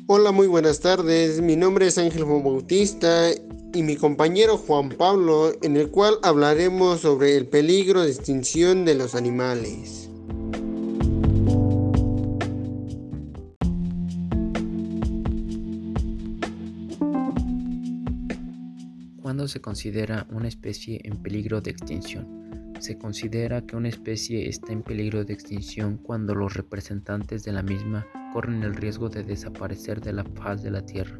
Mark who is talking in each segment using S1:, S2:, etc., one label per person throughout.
S1: Hola, muy buenas tardes. Mi nombre es Ángel Juan Bautista y mi compañero Juan Pablo, en el cual hablaremos sobre el peligro de extinción de los animales.
S2: ¿Cuándo se considera una especie en peligro de extinción? Se considera que una especie está en peligro de extinción cuando los representantes de la misma corren el riesgo de desaparecer de la faz de la Tierra.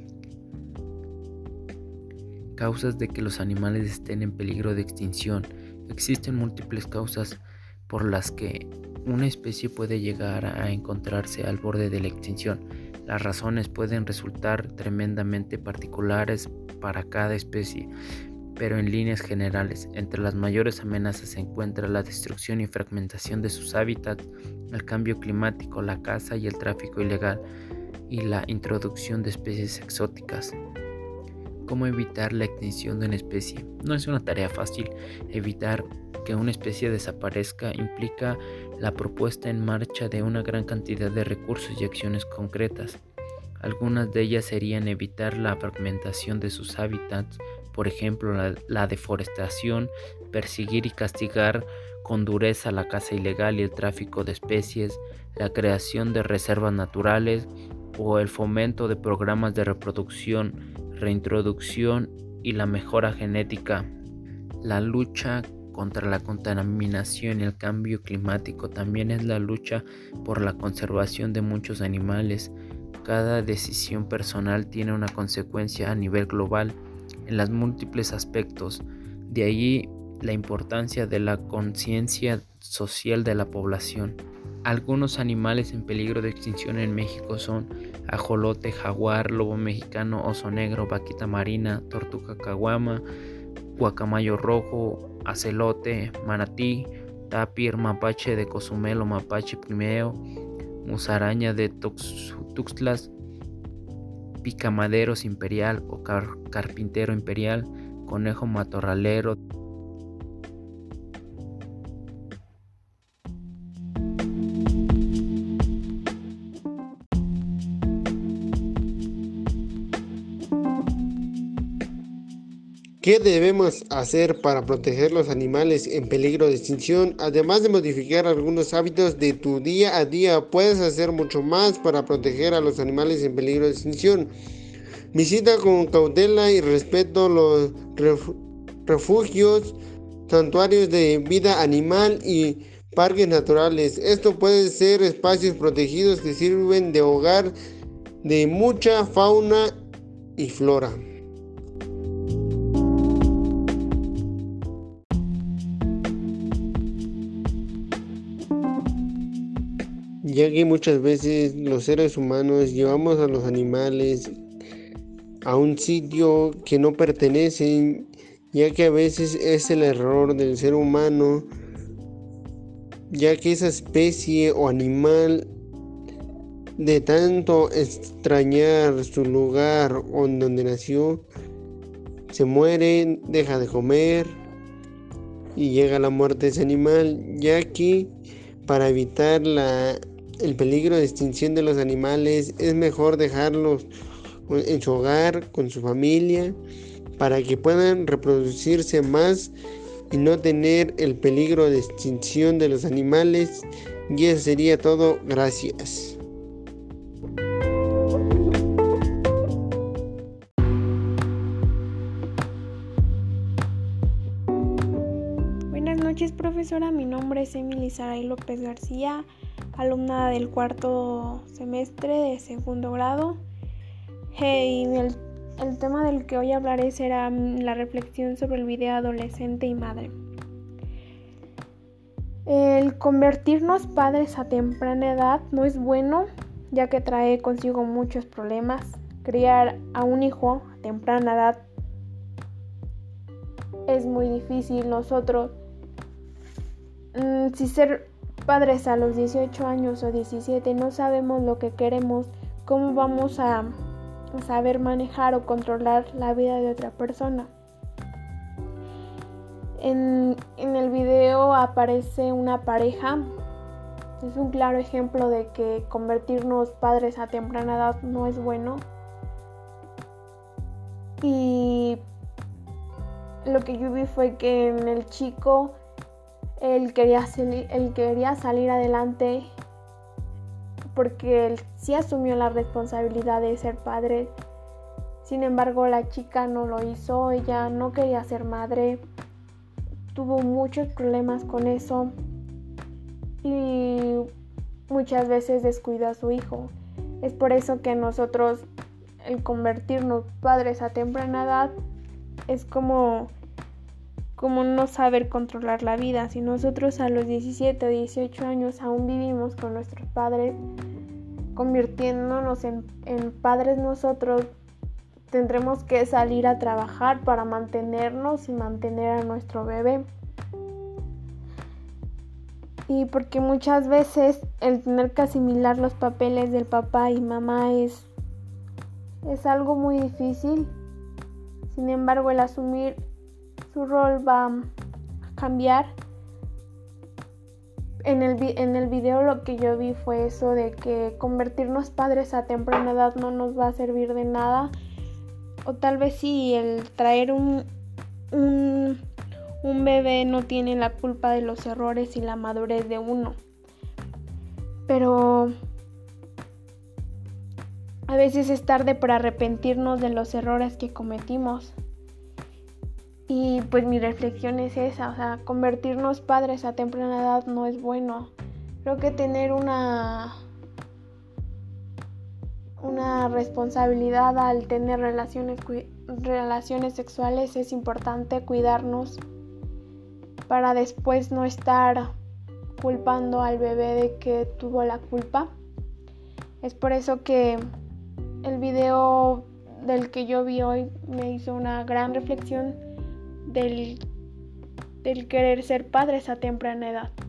S2: Causas de que los animales estén en peligro de extinción. Existen múltiples causas por las que una especie puede llegar a encontrarse al borde de la extinción. Las razones pueden resultar tremendamente particulares para cada especie, pero en líneas generales, entre las mayores amenazas se encuentra la destrucción y fragmentación de sus hábitats, el cambio climático, la caza y el tráfico ilegal, y la introducción de especies exóticas. ¿Cómo evitar la extinción de una especie? No es una tarea fácil. Evitar que una especie desaparezca implica la propuesta en marcha de una gran cantidad de recursos y acciones concretas. Algunas de ellas serían evitar la fragmentación de sus hábitats, por ejemplo la deforestación, perseguir y castigar con dureza la caza ilegal y el tráfico de especies, la creación de reservas naturales o el fomento de programas de reproducción, reintroducción y la mejora genética. La lucha contra la contaminación y el cambio climático también es la lucha por la conservación de muchos animales. Cada decisión personal tiene una consecuencia a nivel global en los múltiples aspectos. De allí la importancia de la conciencia social de la población. Algunos animales en peligro de extinción en México son ajolote, jaguar, lobo mexicano, oso negro, vaquita marina, tortuga caguama, guacamayo rojo, acelote, manatí, tapir, mapache de Cozumel o mapache primeo, musaraña de Tuxtlas, picamaderos imperial o carpintero imperial, conejo matorralero.
S1: ¿Qué debemos hacer para proteger los animales en peligro de extinción? Además de modificar algunos hábitos de tu día a día, puedes hacer mucho más para proteger a los animales en peligro de extinción. Visita con cautela y respeto los refugios, santuarios de vida animal y parques naturales. Esto puede ser espacios protegidos que sirven de hogar de mucha fauna y flora. Ya que muchas veces los seres humanos llevamos a los animales a un sitio que no pertenecen, ya que a veces es el error del ser humano, ya que esa especie o animal, de tanto extrañar su lugar donde nació, se muere, deja de comer y llega la muerte de ese animal, ya que para evitar el peligro de extinción de los animales es mejor dejarlos en su hogar, con su familia, para que puedan reproducirse más y no tener el peligro de extinción de los animales. Y eso sería todo. Gracias.
S3: Buenas noches, profesora. Mi nombre es Emily Saray López García, alumna del cuarto semestre de segundo grado. Y el tema del que hoy hablaré será la reflexión sobre el video adolescente y madre. El convertirnos padres a temprana edad no es bueno, ya que trae consigo muchos problemas. Criar a un hijo a temprana edad es muy difícil. Nosotros, si ser padres a los 18 años o 17 no sabemos lo que queremos, ¿cómo vamos a saber manejar o controlar la vida de otra persona? En el video aparece una pareja es un claro ejemplo de que convertirnos padres a temprana edad no es bueno. Y lo que yo vi fue que en el chico él quería salir adelante porque él sí asumió la responsabilidad de ser padre. Sin embargo, la chica no lo hizo, ella no quería ser madre, tuvo muchos problemas con eso y muchas veces descuidó a su hijo. Es por eso que nosotros, el convertirnos padres a temprana edad, es como no saber controlar la vida. Si nosotros a los 17 o 18 años aún vivimos con nuestros padres, convirtiéndonos en padres nosotros, tendremos que salir a trabajar para mantenernos y mantener a nuestro bebé. Y porque muchas veces el tener que asimilar los papeles del papá y mamá es algo muy difícil. Sin embargo, el asumir su rol va a cambiar. En el video lo que yo vi fue eso de que convertirnos padres a temprana edad no nos va a servir de nada. O tal vez sí, el traer un bebé no tiene la culpa de los errores y la madurez de uno. Pero a veces es tarde para arrepentirnos de los errores que cometimos. Y pues mi reflexión es esa, o sea, convertirnos padres a temprana edad no es bueno. Creo que tener una responsabilidad al tener relaciones sexuales es importante, cuidarnos para después no estar culpando al bebé de que tuvo la culpa. Es por eso que el video del que yo vi hoy me hizo una gran reflexión del querer ser padres a temprana edad.